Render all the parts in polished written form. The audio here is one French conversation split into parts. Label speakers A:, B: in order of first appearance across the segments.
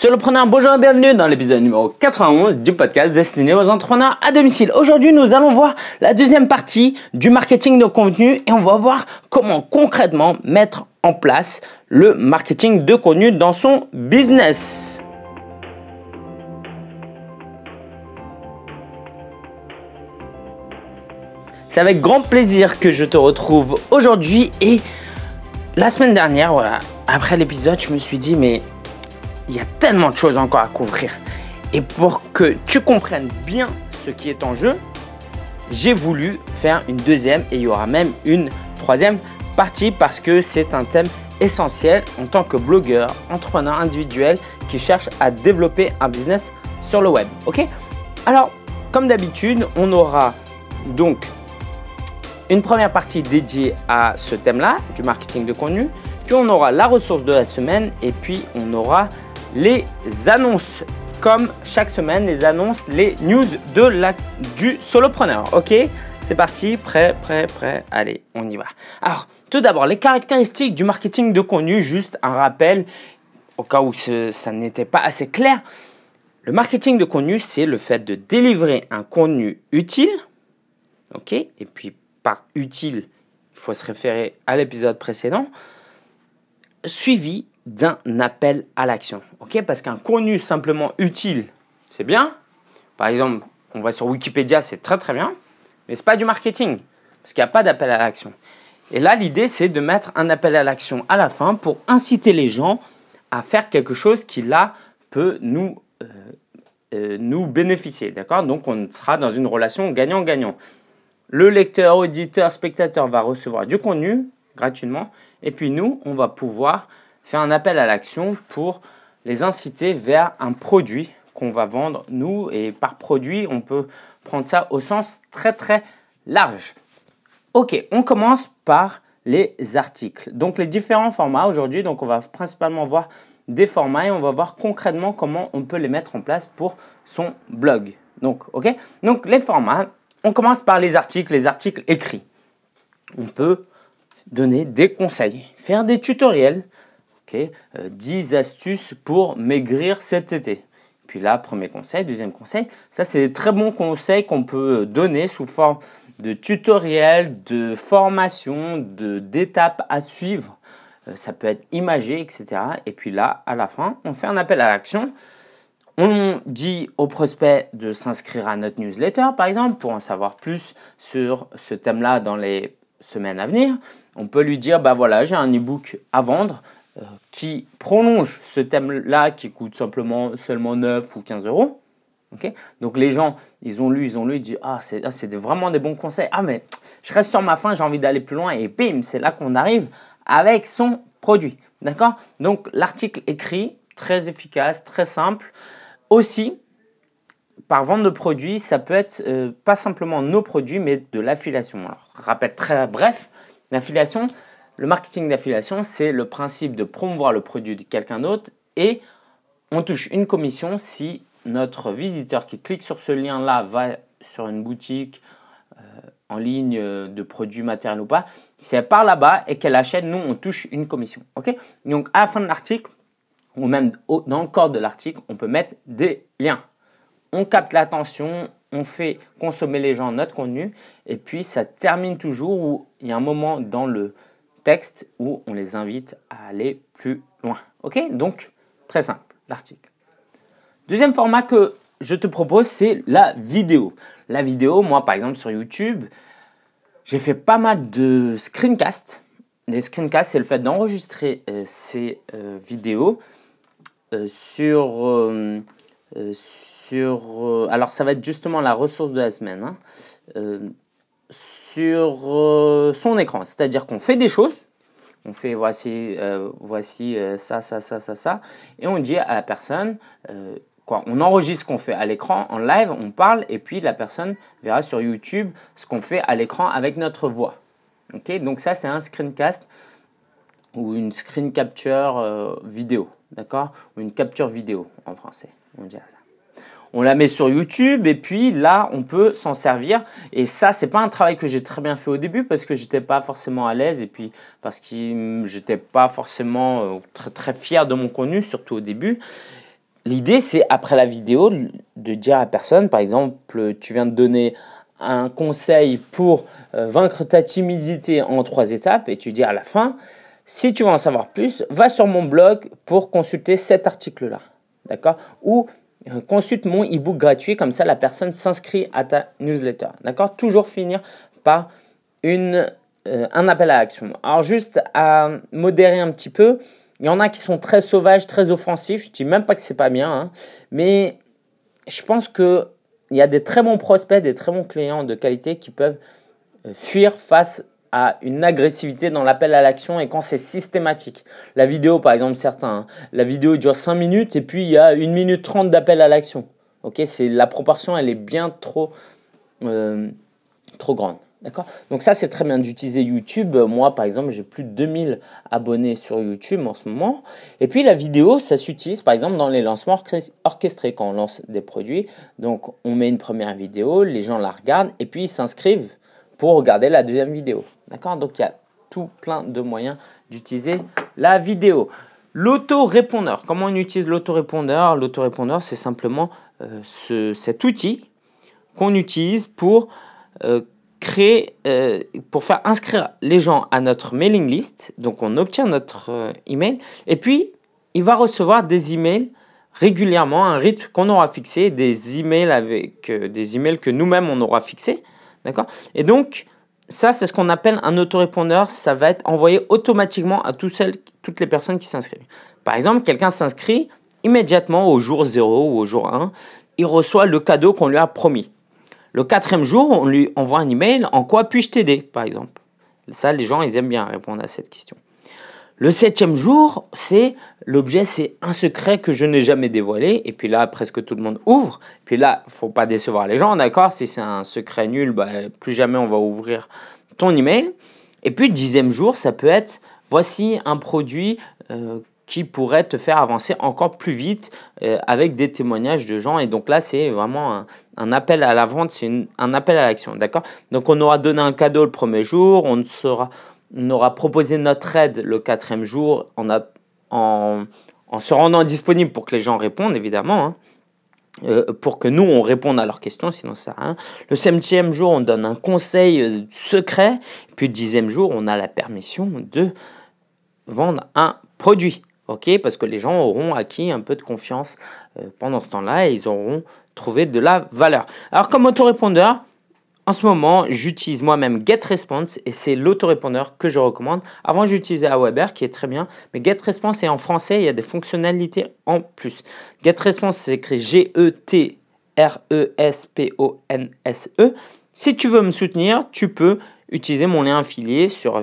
A: Solopreneurs, bonjour et bienvenue dans l'épisode numéro 91 du podcast destiné aux entrepreneurs à domicile. Aujourd'hui, nous allons voir la deuxième partie du marketing de contenu et on va voir comment concrètement mettre en place le marketing de contenu dans son business. C'est avec grand plaisir que je te retrouve aujourd'hui et la semaine dernière, après l'épisode, je me suis dit mais il y a tellement de choses encore à couvrir. Et pour que tu comprennes bien ce qui est en jeu, j'ai voulu faire une deuxième et il y aura même une troisième partie parce que c'est un thème essentiel en tant que blogueur, entrepreneur individuel qui cherche à développer un business sur le web. Ok ? Alors, comme d'habitude, on aura donc une première partie dédiée à ce thème-là, du marketing de contenu. Puis on aura la ressource de la semaine et puis on aura les annonces. Comme chaque semaine, les annonces, les news du solopreneur. Ok, c'est parti, prêt. Allez, on y va. Alors, tout d'abord, les caractéristiques du marketing de contenu. Juste un rappel, au cas où ça n'était pas assez clair. Le marketing de contenu, c'est le fait de délivrer un contenu utile. Ok, et puis par utile, il faut se référer à l'épisode précédent, suivi d'un appel à l'action. Ok, parce qu'un contenu simplement utile, c'est bien. Par exemple, on va sur Wikipédia, c'est très très bien, mais ce n'est pas du marketing, parce qu'il n'y a pas d'appel à l'action. Et là, l'idée, c'est de mettre un appel à l'action à la fin pour inciter les gens à faire quelque chose qui, là, peut nous bénéficier. D'accord ? Donc, on sera dans une relation gagnant-gagnant. Le lecteur, auditeur, spectateur va recevoir du contenu gratuitement. Et puis nous, on va pouvoir faire un appel à l'action pour les inciter vers un produit qu'on va vendre nous. Et par produit, on peut prendre ça au sens très très large. Ok, on commence par les articles. Donc les différents formats aujourd'hui, donc on va principalement voir des formats et on va voir concrètement comment on peut les mettre en place pour son blog. Donc les formats. On commence par les articles écrits. On peut donner des conseils, faire des tutoriels. 10 astuces pour maigrir cet été. Puis là, premier conseil, deuxième conseil. Ça, c'est des très bons conseils qu'on peut donner sous forme de tutoriels, de formation, d'étapes à suivre. Ça peut être imagé, etc. Et puis là, à la fin, on fait un appel à l'action. On dit au prospect de s'inscrire à notre newsletter, par exemple, pour en savoir plus sur ce thème-là dans les semaines à venir. On peut lui dire, j'ai un e-book à vendre qui prolonge ce thème-là qui coûte seulement 9 ou 15 euros. Okay ? Donc les gens, ils ont lu, ils disent, c'est vraiment des bons conseils. Mais je reste sur ma faim, j'ai envie d'aller plus loin et bim, c'est là qu'on arrive avec son produit. D'accord ? Donc l'article écrit, très efficace, très simple. Aussi, par vente de produits, ça peut être pas simplement nos produits, mais de l'affiliation. Alors, rappel très bref, l'affiliation, le marketing d'affiliation, c'est le principe de promouvoir le produit de quelqu'un d'autre et on touche une commission si notre visiteur qui clique sur ce lien-là va sur une boutique en ligne de produits matériels ou pas. Si elle part là-bas et qu'elle achète, nous, on touche une commission. Okay ? Donc, à la fin de l'article, ou même dans le corps de l'article, on peut mettre des liens. On capte l'attention, on fait consommer les gens notre contenu et puis ça termine toujours où il y a un moment dans le texte où on les invite à aller plus loin. Ok ? Donc, très simple, l'article. Deuxième format que je te propose, c'est la vidéo. La vidéo, moi par exemple sur YouTube, j'ai fait pas mal de screencasts. Les screencasts, c'est le fait d'enregistrer ces vidéos alors ça va être justement la ressource de la semaine, sur son écran. C'est-à-dire qu'on fait des choses, on fait voici ça, et on dit à la personne, on enregistre ce qu'on fait à l'écran, en live, on parle, et puis la personne verra sur YouTube ce qu'on fait à l'écran avec notre voix. Okay ? Donc ça, c'est un screencast ou une screen capture vidéo, d'accord ? Ou une capture vidéo en français, on dirait ça. On la met sur YouTube et puis là, on peut s'en servir. Et ça, c'est pas un travail que j'ai très bien fait au début parce que j'étais pas forcément à l'aise et puis parce que j'étais pas forcément très, très fier de mon contenu, surtout au début. l'idée, c'est après la vidéo de dire à la personne, par exemple, tu viens de donner un conseil pour vaincre ta timidité en 3 étapes et tu dis à la fin, si tu veux en savoir plus, va sur mon blog pour consulter cet article-là. D'accord? Ou consulte mon e-book gratuit, comme ça la personne s'inscrit à ta newsletter. D'accord? Toujours finir par un appel à l'action. Alors juste à modérer un petit peu, il y en a qui sont très sauvages, très offensifs. Je ne dis même pas que c'est pas bien, hein, mais je pense qu'il y a des très bons prospects, des très bons clients de qualité qui peuvent fuir face à une agressivité dans l'appel à l'action et quand c'est systématique. La vidéo, par exemple, certains, la vidéo dure 5 minutes et puis il y a 1 minute 30 d'appel à l'action. Okay, la proportion, elle est bien trop grande. D'accord? Donc ça, c'est très bien d'utiliser YouTube. Moi, par exemple, j'ai plus de 2000 abonnés sur YouTube en ce moment. Et puis, la vidéo, ça s'utilise, par exemple, dans les lancements orchestrés, quand on lance des produits. Donc, on met une première vidéo, les gens la regardent et puis ils s'inscrivent pour regarder la deuxième vidéo. D'accord? Donc, il y a tout plein de moyens d'utiliser la vidéo. L'autorépondeur. Comment on utilise l'autorépondeur? L'autorépondeur, c'est simplement cet outil qu'on utilise pour pour faire inscrire les gens à notre mailing list. Donc, on obtient notre email et puis, il va recevoir des emails régulièrement, un rythme qu'on aura fixé, des emails avec des emails que nous-mêmes, on aura fixés. D'accord? Et donc, ça, c'est ce qu'on appelle un autorépondeur. Ça va être envoyé automatiquement à toutes les personnes qui s'inscrivent. Par exemple, quelqu'un s'inscrit immédiatement au jour 0 ou au jour 1. Il reçoit le cadeau qu'on lui a promis. Le 4e jour, on lui envoie un email. En quoi puis-je t'aider, par exemple? Ça, les gens, ils aiment bien répondre à cette question. Le 7e jour, l'objet, c'est un secret que je n'ai jamais dévoilé. Et puis là, presque tout le monde ouvre. Puis là, il ne faut pas décevoir les gens, d'accord? Si c'est un secret nul, plus jamais on va ouvrir ton email. Et puis le 10e jour, ça peut être, voici un produit qui pourrait te faire avancer encore plus vite avec des témoignages de gens. Et donc là, c'est vraiment un appel à la vente, c'est un appel à l'action, d'accord? Donc on aura donné un cadeau le 1er jour, on aura proposé notre aide le 4e jour en se rendant disponible pour que les gens répondent, évidemment, hein, pour que nous, on réponde à leurs questions, sinon ça sert à rien. Le 7e jour, on donne un conseil secret. Puis le 10e jour, on a la permission de vendre un produit. Okay, parce que les gens auront acquis un peu de confiance pendant ce temps-là et ils auront trouvé de la valeur. Alors, comme autorépondeur, en ce moment, j'utilise moi-même GetResponse et c'est l'autorépondeur que je recommande. Avant, j'utilisais Aweber qui est très bien, mais GetResponse est en français, il y a des fonctionnalités en plus. GetResponse, c'est écrit G-E-T-R-E-S-P-O-N-S-E. Si tu veux me soutenir, tu peux utiliser mon lien affilié sur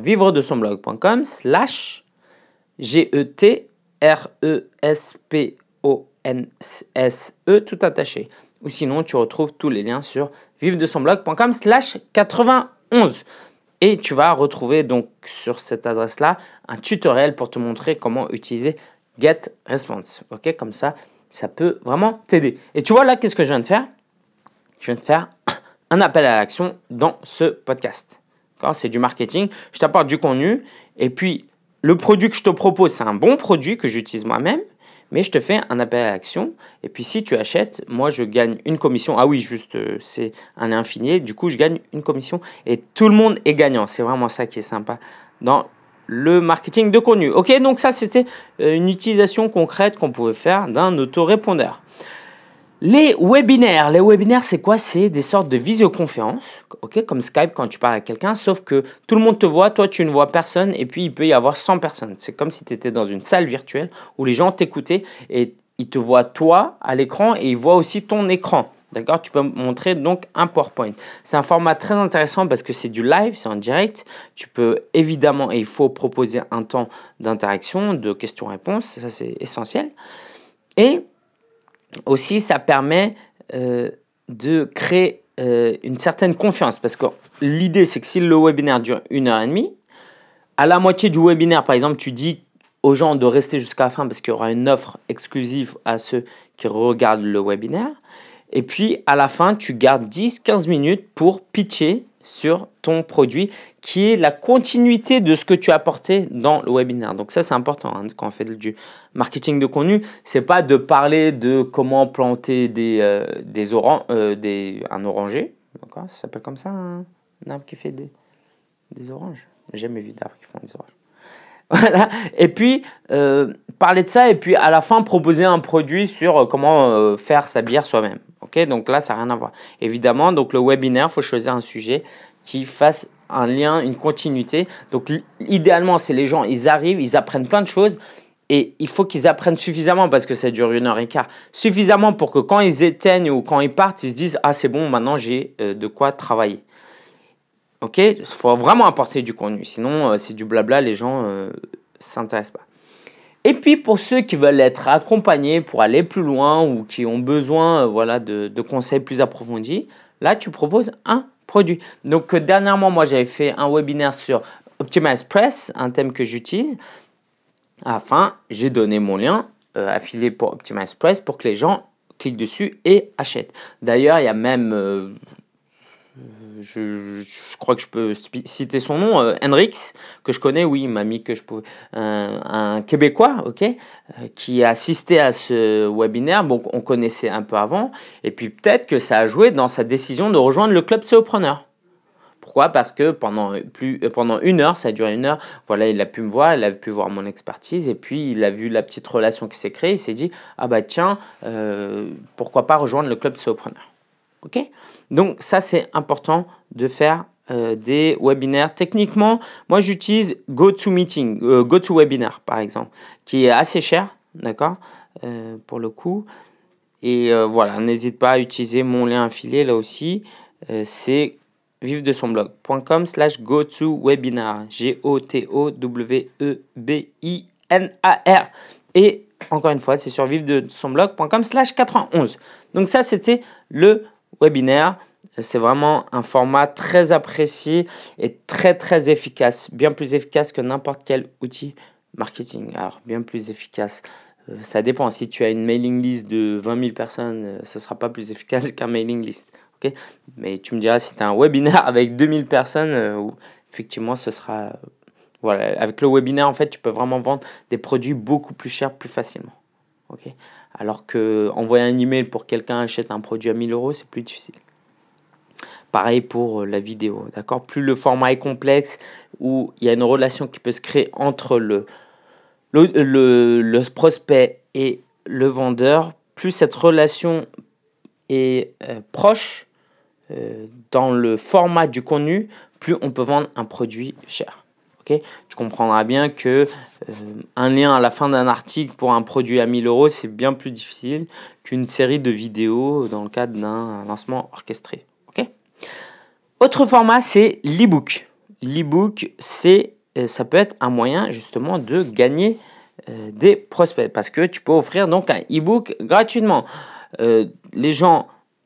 A: vivredesonblog.com/GETRESPONSE, tout attaché. Ou sinon, tu retrouves tous les liens sur vivredesonblog.com/91. Et tu vas retrouver donc sur cette adresse-là un tutoriel pour te montrer comment utiliser GetResponse. Okay, comme ça, ça peut vraiment t'aider. Et tu vois là, qu'est-ce que je viens de faire? Je viens de faire un appel à l'action dans ce podcast. C'est du marketing. Je t'apporte du contenu. Et puis, le produit que je te propose, c'est un bon produit que j'utilise moi-même. Mais je te fais un appel à l'action. Et puis, si tu achètes, moi, je gagne une commission. Ah oui, juste, c'est un lien infini. Du coup, je gagne une commission. Et tout le monde est gagnant. C'est vraiment ça qui est sympa dans le marketing de contenu. Ok, donc ça, c'était une utilisation concrète qu'on pouvait faire d'un autorépondeur. Les webinaires, c'est quoi? C'est des sortes de visioconférences, okay, comme Skype quand tu parles à quelqu'un, sauf que tout le monde te voit, toi tu ne vois personne et puis il peut y avoir 100 personnes. C'est comme si tu étais dans une salle virtuelle où les gens t'écoutaient et ils te voient toi à l'écran et ils voient aussi ton écran. D'accord? Tu peux montrer donc un PowerPoint. C'est un format très intéressant parce que c'est du live, c'est en direct. Tu peux évidemment, et il faut proposer un temps d'interaction, de questions-réponses, ça c'est essentiel. Et aussi, ça permet de créer une certaine confiance parce que l'idée, c'est que si le webinaire dure 1h30, à la moitié du webinaire, par exemple, tu dis aux gens de rester jusqu'à la fin parce qu'il y aura une offre exclusive à ceux qui regardent le webinaire. Et puis, à la fin, tu gardes 10-15 minutes pour pitcher sur ton produit qui est la continuité de ce que tu as apporté dans le webinaire. Donc ça, c'est important hein, quand on fait du marketing de contenu. C'est pas de parler de comment planter un oranger. D'accord, ça s'appelle comme ça un arbre qui fait des oranges. J'ai jamais vu d'arbres qui font des oranges. Voilà. Et puis, parler de ça et puis à la fin, proposer un produit sur comment faire sa bière soi-même. Ok, donc là, ça n'a rien à voir. Évidemment, donc le webinaire, il faut choisir un sujet qui fasse un lien, une continuité. Donc, idéalement, c'est les gens, ils arrivent, ils apprennent plein de choses et il faut qu'ils apprennent suffisamment parce que ça dure 1h15. Suffisamment pour que quand ils éteignent ou quand ils partent, ils se disent « Ah, c'est bon, maintenant j'ai de quoi travailler ». Ok, il faut vraiment apporter du contenu, sinon c'est du blabla, les gens ne s'intéressent pas. Et puis pour ceux qui veulent être accompagnés pour aller plus loin ou qui ont besoin de conseils plus approfondis, là tu proposes un produit. Donc dernièrement, moi j'avais fait un webinaire sur Optimize Press, un thème que j'utilise. À la fin, j'ai donné mon lien affilié pour Optimize Press pour que les gens cliquent dessus et achètent. D'ailleurs, il y a même... je crois que je peux citer son nom, Henrix, que je connais, oui, il m'a mis que je pouvais, un Québécois, ok, qui a assisté à ce webinaire, donc on connaissait un peu avant, et puis peut-être que ça a joué dans sa décision de rejoindre le club SEOpreneur. Pourquoi? Parce que pendant 1 heure, ça a duré 1 heure, voilà, il a pu me voir, il a pu voir mon expertise, et puis il a vu la petite relation qui s'est créée, il s'est dit, ah bah tiens, pourquoi pas rejoindre le club SEOpreneur. Ok, donc ça c'est important de faire des webinaires. Techniquement, moi j'utilise GoToMeeting, GoToWebinar par exemple, qui est assez cher, d'accord, pour le coup. Et voilà, n'hésite pas à utiliser mon lien affilié là aussi. C'est vivredesonblog.com/GoToWebinar, GOTOWEBINAR. Et encore une fois, c'est sur vivredesonblog.com/91. Donc ça c'était le webinaire. C'est vraiment un format très apprécié et très très efficace, bien plus efficace que n'importe quel outil marketing. Alors bien plus efficace, ça dépend. Si tu as une mailing list de 20 000 personnes, ce ne sera pas plus efficace qu'un mailing list. Okay, mais tu me diras si tu as un webinaire avec 2000 personnes, effectivement ce sera... voilà, avec le webinaire en fait tu peux vraiment vendre des produits beaucoup plus chers plus facilement. Okay, alors que envoyer un email pour quelqu'un achète un produit à 1000 euros, c'est plus difficile. Pareil pour la vidéo, d'accord. Plus le format est complexe, où il y a une relation qui peut se créer entre le prospect et le vendeur, plus cette relation est proche dans le format du contenu, plus on peut vendre un produit cher. Okay, tu comprendras bien que un lien à la fin d'un article pour un produit à 1000 euros, c'est bien plus difficile qu'une série de vidéos dans le cadre d'un lancement orchestré. Okay, autre format, c'est l'e-book. L'e-book, ça peut être un moyen justement de gagner des prospects parce que tu peux offrir donc un e-book gratuitement. Les gens...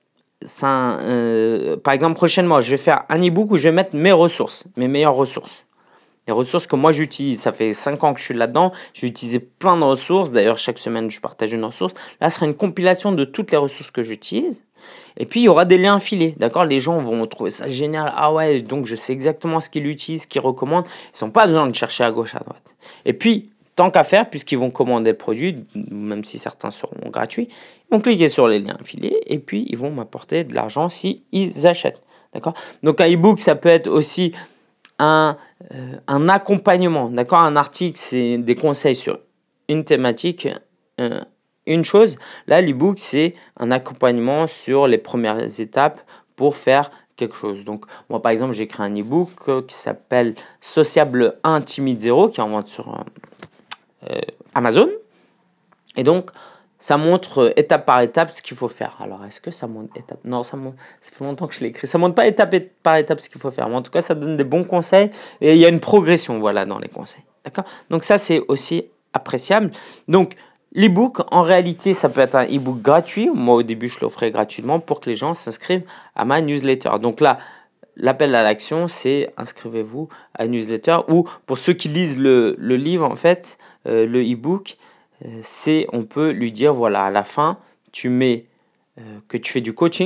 A: par exemple, prochainement, je vais faire un e-book où je vais mettre mes ressources, mes meilleures ressources. Les ressources que moi j'utilise, ça fait 5 ans que je suis là-dedans, j'ai utilisé plein de ressources. D'ailleurs, chaque semaine, je partage une ressource. Là, ce sera une compilation de toutes les ressources que j'utilise. Et puis, il y aura des liens affiliés. D'accord, les gens vont trouver ça génial. Ah ouais, donc je sais exactement ce qu'ils utilisent, ce qu'ils recommandent. Ils n'ont pas besoin de chercher à gauche, à droite. Et puis, tant qu'à faire, puisqu'ils vont commander le produit, même si certains seront gratuits, ils vont cliquer sur les liens affiliés et puis ils vont m'apporter de l'argent si ils achètent. D'accord, donc un e-book, ça peut être aussi un accompagnement. D'accord, un article, c'est des conseils sur une thématique, une chose. Là, l'e-book, c'est un accompagnement sur les premières étapes pour faire quelque chose. Donc, moi, par exemple, j'ai créé un e-book qui s'appelle Sociable 1 Timide 0, qui est en vente sur Amazon. Et donc, ça montre étape par étape ce qu'il faut faire. Alors, est-ce que ça montre étape? Non, ça fait longtemps que je l'ai écrit. Ça montre pas étape par étape ce qu'il faut faire. Mais en tout cas, ça donne des bons conseils et il y a une progression, voilà, dans les conseils. D'accord? Donc, ça, c'est aussi appréciable. Donc, l'e-book, en réalité, ça peut être un e-book gratuit. Moi, au début, je l'offrais gratuitement pour que les gens s'inscrivent à ma newsletter. Donc là, l'appel à l'action, c'est inscrivez-vous à une newsletter ou pour ceux qui lisent le livre, en fait, le e-book, on peut lui dire, voilà, à la fin, tu mets que tu fais du coaching,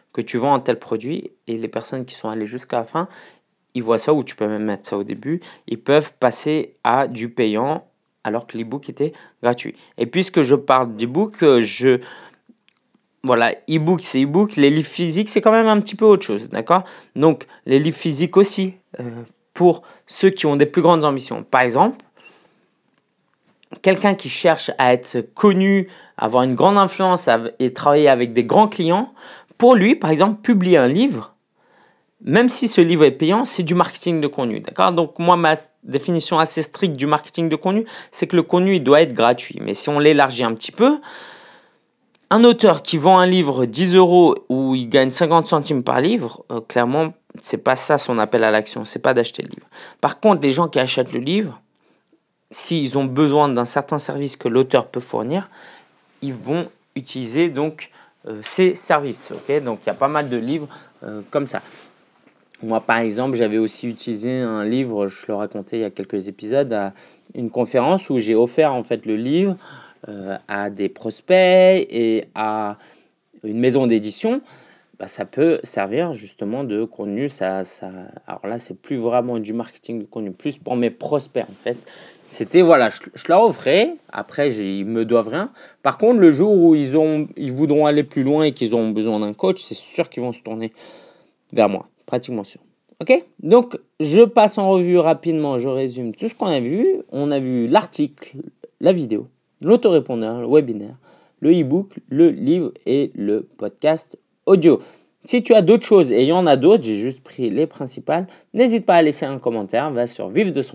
A: que tu vends un tel produit et les personnes qui sont allées jusqu'à la fin, ils voient ça, ou tu peux même mettre ça au début, ils peuvent passer à du payant alors que l'e-book était gratuit. Et puisque je parle d'e-book, voilà, e-book c'est e-book, les livres physiques c'est quand même un petit peu autre chose, d'accord? Donc les livres physiques aussi, pour ceux qui ont des plus grandes ambitions. Par exemple, quelqu'un qui cherche à être connu, avoir une grande influence et travailler avec des grands clients, pour lui, par exemple, publier un livre, même si ce livre est payant, c'est du marketing de contenu, d'accord? Donc moi, ma définition assez stricte du marketing de contenu, c'est que le contenu il doit être gratuit. Mais si on l'élargit un petit peu, un auteur qui vend un livre 10 euros où il gagne 50 centimes par livre, clairement, c'est pas ça son appel à l'action, c'est pas d'acheter le livre. Par contre, les gens qui achètent le livre, s'ils ont besoin d'un certain service que l'auteur peut fournir, ils vont utiliser donc ces services. Okay, donc il y a pas mal de livres comme ça. Moi, par exemple, j'avais aussi utilisé un livre, je le racontais il y a quelques épisodes, à une conférence où j'ai offert en fait le livre à des prospects et à une maison d'édition. Bah, ça peut servir justement de contenu. Alors là, c'est plus vraiment du marketing de contenu, plus pour mes prospects en fait. C'était, voilà, je leur offrais, après ils me doivent rien. Par contre, le jour où ils voudront aller plus loin et qu'ils auront besoin d'un coach, c'est sûr qu'ils vont se tourner vers moi, pratiquement sûr. Ok, donc je passe en revue rapidement, je résume tout ce qu'on a vu. On a vu l'article, la vidéo, l'autorépondeur, le webinaire, le e-book, le livre et le podcast audio. Si tu as d'autres choses, et il y en a d'autres, j'ai juste pris les principales, n'hésite pas à laisser un commentaire, va sur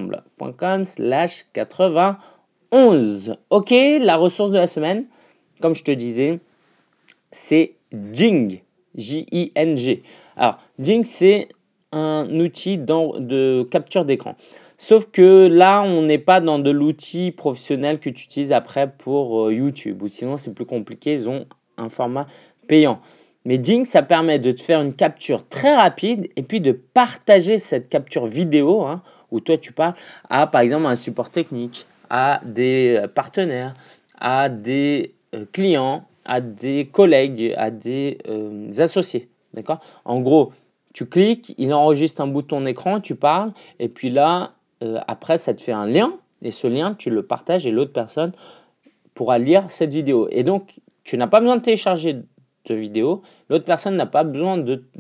A: vivredesonblog.com/91. Ok, la ressource de la semaine, comme je te disais, c'est Jing, J-I-N-G. Alors, Jing, c'est un outil de capture d'écran. Sauf que là, on n'est pas dans de l'outil professionnel que tu utilises après pour YouTube. Ou sinon, c'est plus compliqué, ils ont un format payant. Mais Jing, ça permet de te faire une capture très rapide et puis de partager cette capture vidéo, où toi tu parles à, par exemple, un support technique, à des partenaires, à des clients, à des collègues, à des associés. D'accord? En gros, tu cliques, il enregistre un bout de ton écran, tu parles, et puis là, après, ça te fait un lien, et ce lien, tu le partages et l'autre personne pourra lire cette vidéo. Et donc, tu n'as pas besoin de télécharger de vidéo, l'autre personne n'a pas besoin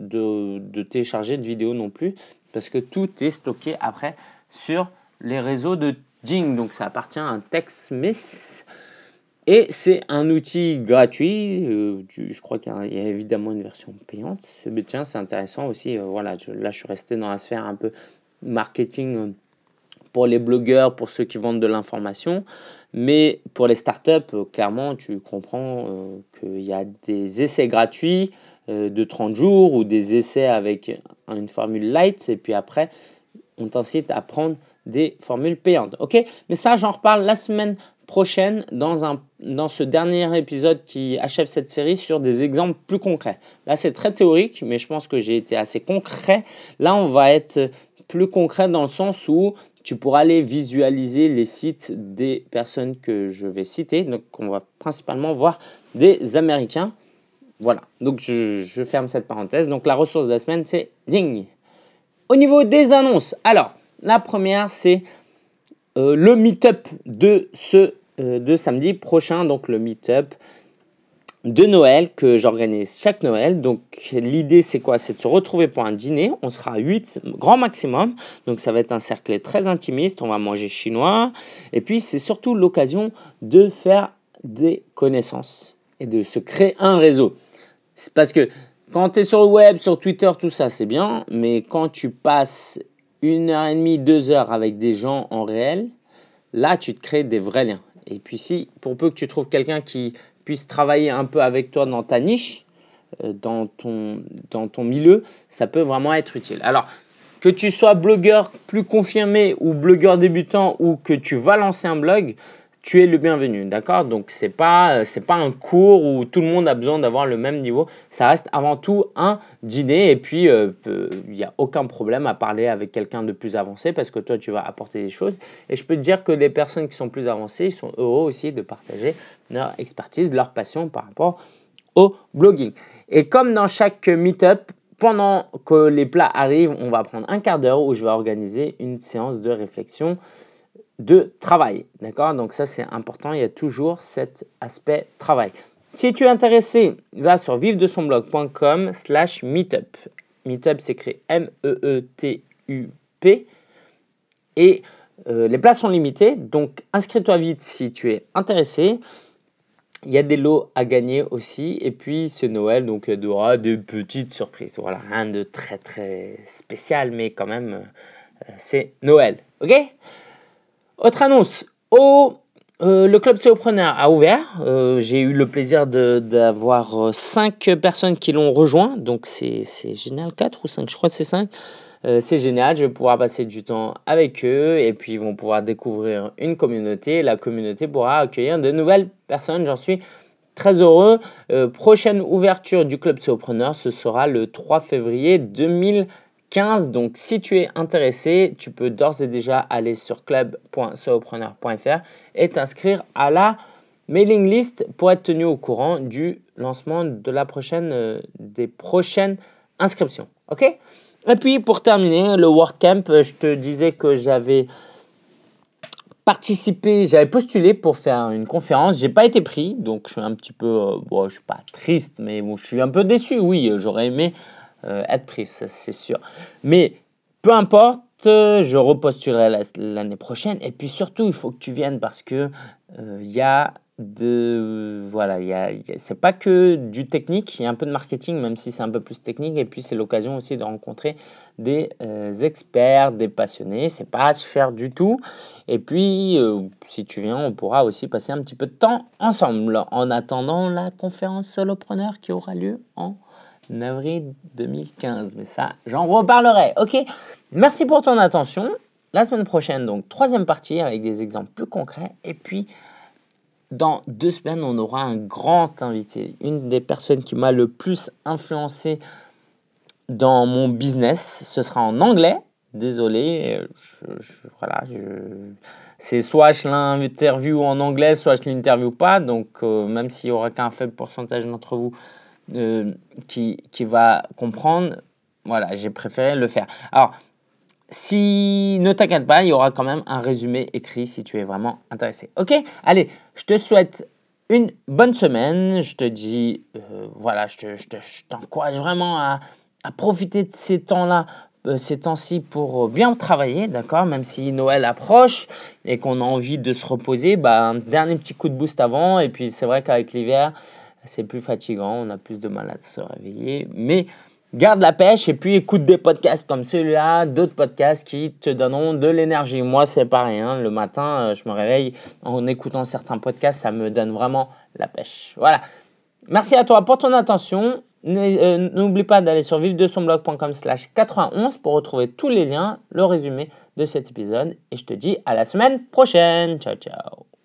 A: de télécharger de vidéo non plus, parce que tout est stocké après sur les réseaux de Jing. Donc, ça appartient à un TechSmith. Et c'est un outil gratuit. Je crois qu'il y a évidemment une version payante. Mais tiens, c'est intéressant aussi. Voilà, là, je suis resté dans la sphère un peu marketing pour les blogueurs, pour ceux qui vendent de l'information. Mais pour les startups, clairement, tu comprends qu'il y a des essais gratuits de 30 jours ou des essais avec une formule light. Et puis après, on t'incite à prendre des formules payantes. Ok, mais ça, j'en reparle la semaine prochaine dans ce dernier épisode qui achève cette série sur des exemples plus concrets. Là, c'est très théorique, mais je pense que j'ai été assez concret. Là, on va être plus concret dans le sens où tu pourras aller visualiser les sites des personnes que je vais citer. Donc, on va principalement voir des Américains. Voilà, donc je ferme cette parenthèse. Donc, la ressource de la semaine, c'est Jing. Au niveau des annonces, alors, la première, c'est le meet-up de samedi prochain, donc le meet-up de Noël que j'organise chaque Noël. Donc l'idée c'est quoi? C'est de se retrouver pour un dîner. On sera 8 grand maximum. Donc ça va être un cercle très intimiste. On va manger chinois. Et puis c'est surtout l'occasion de faire des connaissances et de se créer un réseau. C'est parce que quand tu es sur le web, sur Twitter, tout ça c'est bien. Mais quand tu passes 1h30, 2 heures avec des gens en réel, là, tu te crées des vrais liens. Et puis si, pour peu que tu trouves quelqu'un qui puisse travailler un peu avec toi dans ta niche, dans ton milieu, ça peut vraiment être utile. Alors, que tu sois blogueur plus confirmé ou blogueur débutant ou que tu vas lancer un blog, tu es le bienvenu, d'accord? Donc, c'est pas un cours où tout le monde a besoin d'avoir le même niveau. Ça reste avant tout un dîner et puis il n'y a aucun problème à parler avec quelqu'un de plus avancé parce que toi, tu vas apporter des choses. Et je peux te dire que les personnes qui sont plus avancées, ils sont heureux aussi de partager leur expertise, leur passion par rapport au blogging. Et comme dans chaque meet-up, pendant que les plats arrivent, on va prendre un quart d'heure où je vais organiser une séance de réflexion de travail. D'accord? Donc ça, c'est important. Il y a toujours cet aspect travail. Si tu es intéressé, va sur vivredesonblog.com/meetup. Meetup s'écrit MEETUP. Et les places sont limitées. Donc, inscris-toi vite si tu es intéressé. Il y a des lots à gagner aussi. Et puis, c'est Noël, donc il y aura des petites surprises. Voilà, rien de très, très spécial, mais quand même, c'est Noël. OK? Autre annonce. Le club SEOpreneur a ouvert. J'ai eu le plaisir d'avoir 5 personnes qui l'ont rejoint. Donc, c'est génial. 4 ou 5, je crois que c'est 5. C'est génial, je vais pouvoir passer du temps avec eux et puis ils vont pouvoir découvrir une communauté. La communauté pourra accueillir de nouvelles personnes, j'en suis très heureux. Prochaine ouverture du club SEOpreneur, ce sera le 3 février 2015. Donc si tu es intéressé, tu peux d'ores et déjà aller sur club.seopreneur.fr et t'inscrire à la mailing list pour être tenu au courant du lancement de des prochaines inscriptions. OK ? Et puis, pour terminer, le WordCamp, je te disais que j'avais postulé pour faire une conférence. Je n'ai pas été pris, donc je suis un petit peu, je ne suis pas triste, mais bon, je suis un peu déçu. Oui, j'aurais aimé être pris, ça, c'est sûr. Mais peu importe, je repostulerai l'année prochaine. Et puis surtout, il faut que tu viennes parce que c'est pas que du technique, il y a un peu de marketing, même si c'est un peu plus technique. Et puis c'est l'occasion aussi de rencontrer des experts, des passionnés. C'est pas cher du tout. Et puis si tu viens, on pourra aussi passer un petit peu de temps ensemble en attendant la conférence Solopreneur qui aura lieu en avril 2015. Mais ça, j'en reparlerai. OK? Merci pour ton attention. La semaine prochaine, donc, 3e partie avec des exemples plus concrets. Et puis, dans 2 semaines, on aura un grand invité. Une des personnes qui m'a le plus influencé dans mon business. Ce sera en anglais. Désolé. C'est soit je l'interview en anglais, soit je l'interview pas. Donc, même s'il n'y aura qu'un faible pourcentage d'entre vous qui va comprendre, voilà, j'ai préféré le faire. Alors, ne t'inquiète pas, il y aura quand même un résumé écrit si tu es vraiment intéressé. OK? Allez, je te souhaite une bonne semaine. Je te dis, je t'encourage vraiment à profiter de ces temps-là, ces temps-ci pour bien travailler, d'accord? Même si Noël approche et qu'on a envie de se reposer, un dernier petit coup de boost avant. Et puis, c'est vrai qu'avec l'hiver, c'est plus fatigant, on a plus de mal à se réveiller. Mais garde la pêche et puis écoute des podcasts comme celui-là, d'autres podcasts qui te donneront de l'énergie. Moi, c'est pareil. Le matin, je me réveille en écoutant certains podcasts, ça me donne vraiment la pêche. Voilà. Merci à toi pour ton attention. N'oublie pas d'aller sur vivredesonblog.com/91 pour retrouver tous les liens, le résumé de cet épisode. Et je te dis à la semaine prochaine. Ciao, ciao.